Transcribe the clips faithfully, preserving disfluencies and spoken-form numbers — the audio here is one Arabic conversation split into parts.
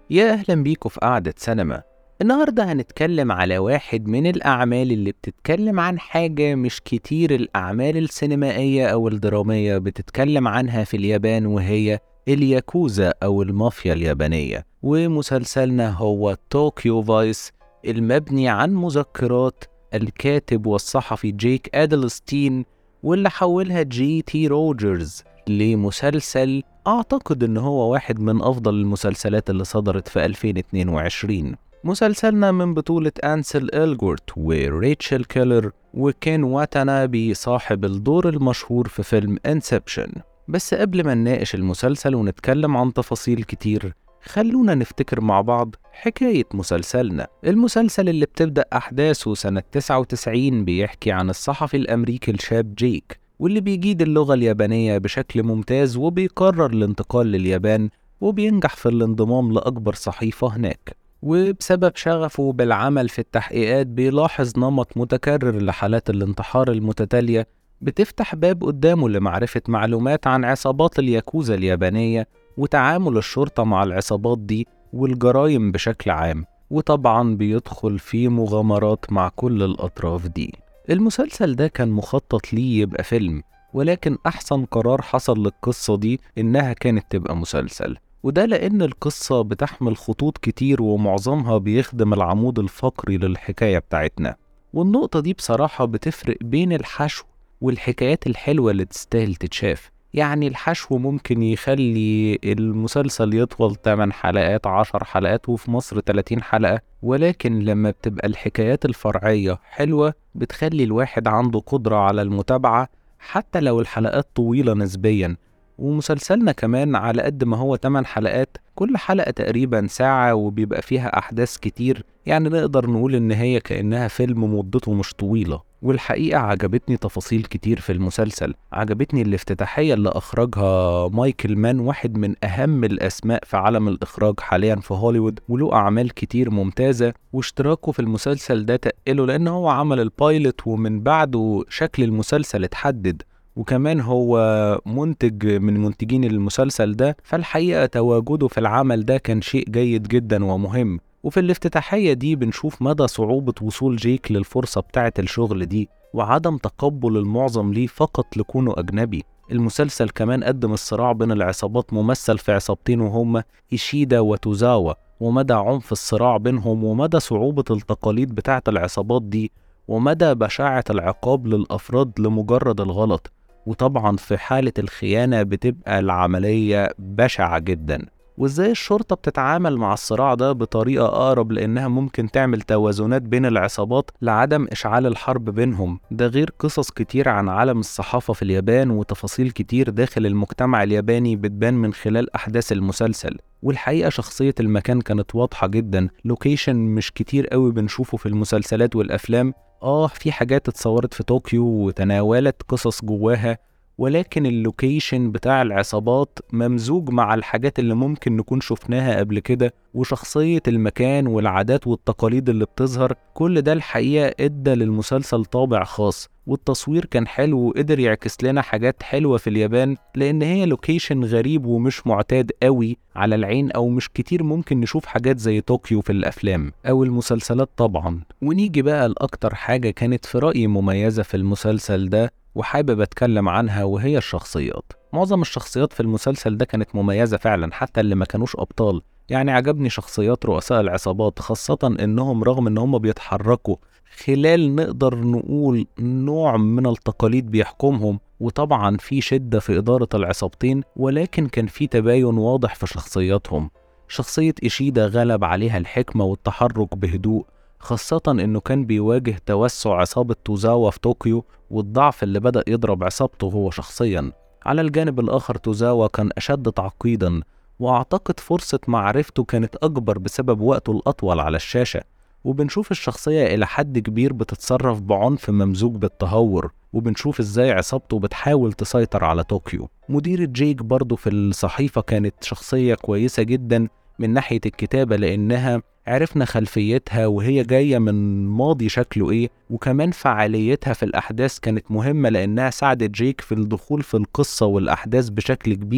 يا أهلا بيكم في قعدة سينما. النهاردة هنتكلم على واحد من الأعمال اللي بتتكلم عن حاجة مش كتير الأعمال السينمائية أو الدرامية بتتكلم عنها في اليابان، وهي الياكوزا أو المافيا اليابانية. ومسلسلنا هو طوكيو فايس، المبني عن مذكرات الكاتب والصحفي جيك أدلستين، واللي حولها جي تي روجرز لمسلسل أعتقد إن هو واحد من أفضل المسلسلات اللي صدرت في ألفين واثنين وعشرين. مسلسلنا من بطولة أنسل إلغورت وريتشل كيلر وكين واتانابي صاحب الدور المشهور في فيلم انسبشن. بس قبل ما نناقش المسلسل ونتكلم عن تفاصيل كتير، خلونا نفتكر مع بعض حكاية مسلسلنا. المسلسل اللي بتبدأ أحداثه سنة تسعة وتسعين بيحكي عن الصحفي الأمريكي الشاب جيك، واللي بيجيد اللغة اليابانية بشكل ممتاز وبيقرر الانتقال لليابان، وبينجح في الانضمام لأكبر صحيفة هناك. وبسبب شغفه بالعمل في التحقيقات بيلاحظ نمط متكرر لحالات الانتحار المتتالية بتفتح باب قدامه لمعرفة معلومات عن عصابات الياكوزا اليابانية وتعامل الشرطة مع العصابات دي والجرائم بشكل عام. وطبعا بيدخل في مغامرات مع كل الأطراف دي. المسلسل ده كان مخطط ليه يبقى فيلم، ولكن أحسن قرار حصل للقصة دي إنها كانت تبقى مسلسل، وده لأن القصة بتحمل خطوط كتير ومعظمها بيخدم العمود الفقري للحكاية بتاعتنا. والنقطة دي بصراحة بتفرق بين الحشو والحكايات الحلوة اللي تستاهل تتشاف. يعني الحشو ممكن يخلي المسلسل يطول ثماني حلقات عشر حلقات وفي مصر ثلاثين حلقة، ولكن لما بتبقى الحكايات الفرعية حلوة بتخلي الواحد عنده قدرة على المتابعة حتى لو الحلقات طويلة نسبيا. ومسلسلنا كمان على قد ما هو ثماني حلقات، كل حلقة تقريبا ساعة وبيبقى فيها أحداث كتير، يعني نقدر نقول إن هي كأنها فيلم مدته مش طويلة. والحقيقة عجبتني تفاصيل كتير في المسلسل. عجبتني الافتتاحية اللي أخرجها مايكل مان، واحد من أهم الأسماء في عالم الإخراج حاليا في هوليوود، وله أعمال كتير ممتازة. واشتراكه في المسلسل ده تقله لأن هو عمل البايلوت ومن بعده شكل المسلسل اتحدد، وكمان هو منتج من منتجين المسلسل ده، فالحقيقة تواجده في العمل ده كان شيء جيد جدا ومهم. وفي الافتتاحية دي بنشوف مدى صعوبة وصول جيك للفرصة بتاعة الشغل دي، وعدم تقبل المعظم ليه فقط لكونه أجنبي. المسلسل كمان قدم الصراع بين العصابات ممثل في عصابتين وهما إيشيدا وتوزاوا، ومدى عنف الصراع بينهم ومدى صعوبة التقاليد بتاعة العصابات دي ومدى بشاعة العقاب للأفراد لمجرد الغلط. وطبعا في حالة الخيانة بتبقى العملية بشعة جدا، وازاي الشرطة بتتعامل مع الصراع ده بطريقة أقرب لأنها ممكن تعمل توازنات بين العصابات لعدم إشعال الحرب بينهم. ده غير قصص كتير عن عالم الصحافة في اليابان وتفاصيل كتير داخل المجتمع الياباني بتبان من خلال أحداث المسلسل. والحقيقة شخصية المكان كانت واضحة جدا، لوكيشن مش كتير قوي بنشوفه في المسلسلات والأفلام. آه في حاجات اتصورت في طوكيو وتناولت قصص جواها، ولكن اللوكيشن بتاع العصابات ممزوج مع الحاجات اللي ممكن نكون شفناها قبل كده، وشخصية المكان والعادات والتقاليد اللي بتظهر، كل ده الحقيقة ادى للمسلسل طابع خاص. والتصوير كان حلو وقدر يعكس لنا حاجات حلوة في اليابان، لأن هي لوكيشن غريب ومش معتاد قوي على العين، أو مش كتير ممكن نشوف حاجات زي طوكيو في الأفلام أو المسلسلات طبعا. ونيجي بقى لأكتر حاجة كانت في رأيي مميزة في المسلسل ده وحابب أتكلم عنها، وهي الشخصيات. معظم الشخصيات في المسلسل ده كانت مميزة فعلا، حتى اللي ما كانوش أبطال. يعني عجبني شخصيات رؤساء العصابات، خاصة إنهم رغم إنهم بيتحركوا خلال نقدر نقول نوع من التقاليد بيحكمهم، وطبعا في شدة في إدارة العصابتين، ولكن كان في تباين واضح في شخصياتهم. شخصية إيشيدا غلب عليها الحكمة والتحرك بهدوء، خاصة إنه كان بيواجه توسع عصابة توزاوا في طوكيو والضعف اللي بدأ يضرب عصابته هو شخصيا. على الجانب الآخر توزاوا كان أشد تعقيدا، وأعتقد فرصة معرفته كانت أكبر بسبب وقته الأطول على الشاشة. وبنشوف الشخصية إلى حد كبير بتتصرف بعنف ممزوج بالتهور، وبنشوف إزاي عصابته بتحاول تسيطر على طوكيو. مديرة جيك برضو في الصحيفة كانت شخصية كويسة جدا من ناحية الكتابة، لأنها عرفنا خلفيتها وهي جاية من ماضي شكله إيه، وكمان فعاليتها في الأحداث كانت مهمة لأنها ساعدت جيك في الدخول في القصة والأحداث بشكل كبير.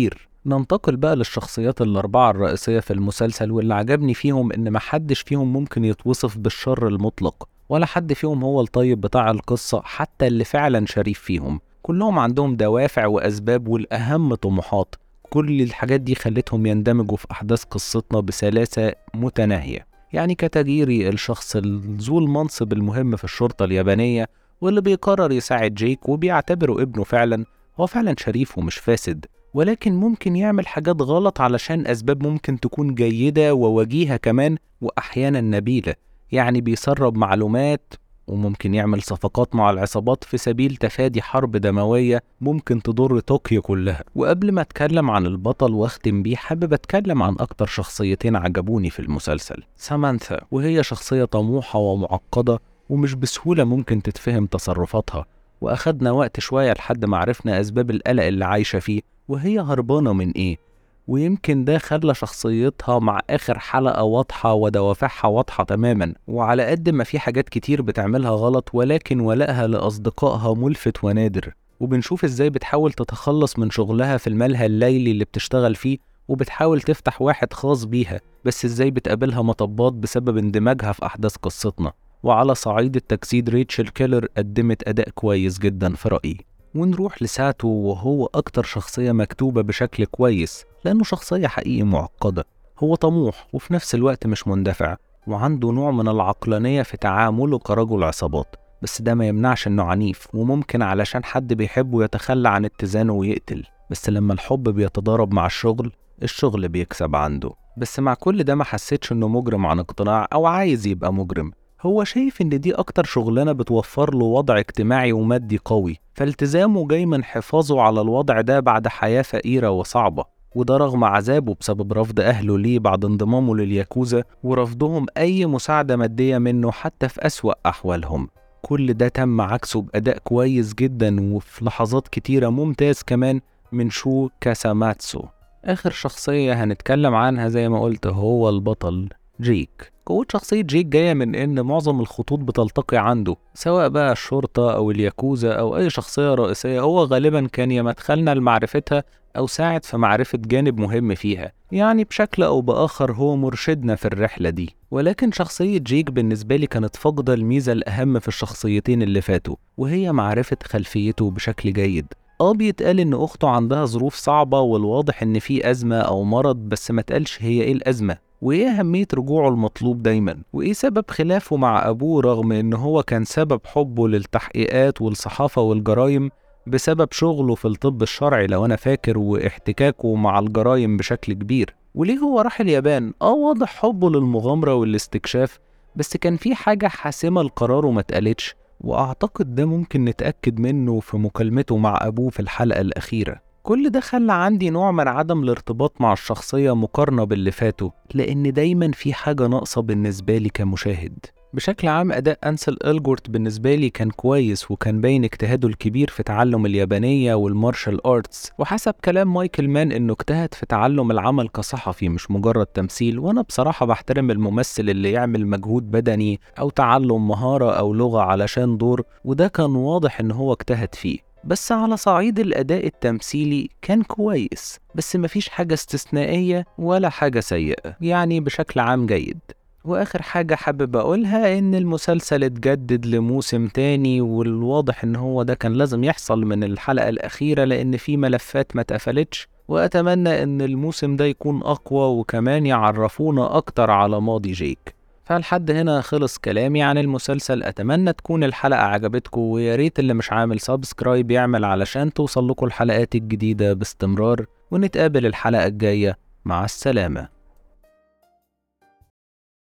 ننتقل بقى للشخصيات الأربعة الرئيسية في المسلسل، واللي عجبني فيهم إن محدش فيهم ممكن يتوصف بالشر المطلق، ولا حد فيهم هو الطيب بتاع القصة حتى اللي فعلا شريف فيهم. كلهم عندهم دوافع وأسباب، والأهم طموحات. كل الحاجات دي خلتهم يندمجوا في أحداث قصتنا بسلاسة متناهية. يعني كتاجيري، الشخص ذو المنصب المهم في الشرطة اليابانية، واللي بيقرر يساعد جيك وبيعتبره ابنه فعلا. هو فعلا شريف ومش فاسد، ولكن ممكن يعمل حاجات غلط علشان أسباب ممكن تكون جيدة ووجيهة كمان، وأحيانا نبيلة. يعني بيسرب معلومات، وممكن يعمل صفقات مع العصابات في سبيل تفادي حرب دموية ممكن تضر طوكيو كلها. وقبل ما اتكلم عن البطل واختم بيه، حابب اتكلم عن اكتر شخصيتين عجبوني في المسلسل. سامانثا، وهي شخصية طموحة ومعقدة، ومش بسهولة ممكن تتفهم تصرفاتها، واخدنا وقت شوية لحد ما عرفنا اسباب القلق اللي عايشة فيه، وهي هربانة من ايه. ويمكن ده خلى شخصيتها مع آخر حلقة واضحة ودوافعها واضحة تماما. وعلى قد ما في حاجات كتير بتعملها غلط، ولكن ولائها لأصدقائها ملفت ونادر. وبنشوف ازاي بتحاول تتخلص من شغلها في الملهى الليلي اللي بتشتغل فيه، وبتحاول تفتح واحد خاص بيها، بس ازاي بتقابلها مطبات بسبب اندماجها في أحداث قصتنا. وعلى صعيد التجسيد، ريتشل كيلر قدمت أداء كويس جدا في رأيي. ونروح لساتو، وهو أكتر شخصية مكتوبة بشكل كويس، لأنه شخصية حقيقي معقدة. هو طموح وفي نفس الوقت مش مندفع، وعنده نوع من العقلانية في تعامله كرجل عصابات، بس ده ما يمنعش إنه عنيف، وممكن علشان حد بيحبه يتخلى عن اتزانه ويقتل. بس لما الحب بيتضارب مع الشغل، الشغل بيكسب عنده. بس مع كل ده ما حسيتش إنه مجرم عن اقتناع أو عايز يبقى مجرم. هو شايف إن دي أكتر شغلانة بتوفر له وضع اجتماعي ومادي قوي، فالتزامه جاي من حفاظه على الوضع ده بعد حياة فقيرة وصعبة. وده رغم عذابه بسبب رفض أهله ليه بعد انضمامه للياكوزا، ورفضهم أي مساعدة مادية منه حتى في أسوأ أحوالهم. كل ده تم عكسه بأداء كويس جدا، وفي لحظات كتيرة ممتاز كمان من شو كاساماتسو. آخر شخصية هنتكلم عنها زي ما قلت هو البطل جيك. قوة شخصية جيك جاية من إن معظم الخطوط بتلتقي عنده، سواء بقى الشرطة أو الياكوزا أو أي شخصية رئيسية. هو غالبا كان يا مدخلنا لمعرفتها أو ساعد في معرفة جانب مهم فيها، يعني بشكل أو بآخر هو مرشدنا في الرحلة دي. ولكن شخصية جيك بالنسبة لي كانت فاقدة الميزة الأهم في الشخصيتين اللي فاتوا، وهي معرفة خلفيته بشكل جيد. اه بيتقال ان اخته عندها ظروف صعبة، والواضح ان في ازمة او مرض، بس ما تقالش هي ايه الازمة، وايه اهمية رجوعه المطلوب دايما، وايه سبب خلافه مع ابوه رغم ان هو كان سبب حبه للتحقيقات والصحافة والجرائم بسبب شغله في الطب الشرعي لو انا فاكر، واحتكاكه مع الجرائم بشكل كبير. وليه هو راح اليابان؟ اه واضح حبه للمغامرة والاستكشاف، بس كان في حاجة حاسمة لقراره ما اتقالتش، وأعتقد ده ممكن نتأكد منه في مكالمته مع أبوه في الحلقة الأخيرة. كل ده خلى عندي نوع من عدم الارتباط مع الشخصية مقارنة باللي فاتوا، لأن دايما في حاجة ناقصة بالنسبة لي كمشاهد. بشكل عام أداء أنسل إلجورت بالنسبة لي كان كويس، وكان باين اجتهاده الكبير في تعلم اليابانية والمارشال آرتس، وحسب كلام مايكل مان إنه اجتهد في تعلم العمل كصحفي مش مجرد تمثيل. وأنا بصراحة بحترم الممثل اللي يعمل مجهود بدني أو تعلم مهارة أو لغة علشان دور، وده كان واضح إن هو اجتهد فيه. بس على صعيد الأداء التمثيلي كان كويس، بس مفيش حاجة استثنائية ولا حاجة سيئة، يعني بشكل عام جيد. واخر حاجة حابب اقولها ان المسلسل اتجدد لموسم تاني، والواضح ان هو ده كان لازم يحصل من الحلقة الاخيرة، لان في ملفات ما اتقفلتش. واتمنى ان الموسم ده يكون اقوى، وكمان يعرفونا اكتر على ماضي جيك. فلحد هنا خلص كلامي عن المسلسل. اتمنى تكون الحلقة عجبتكم، وياريت اللي مش عامل سابسكرايب يعمل علشان توصل لكم الحلقات الجديدة باستمرار. ونتقابل الحلقة الجاية. مع السلامة.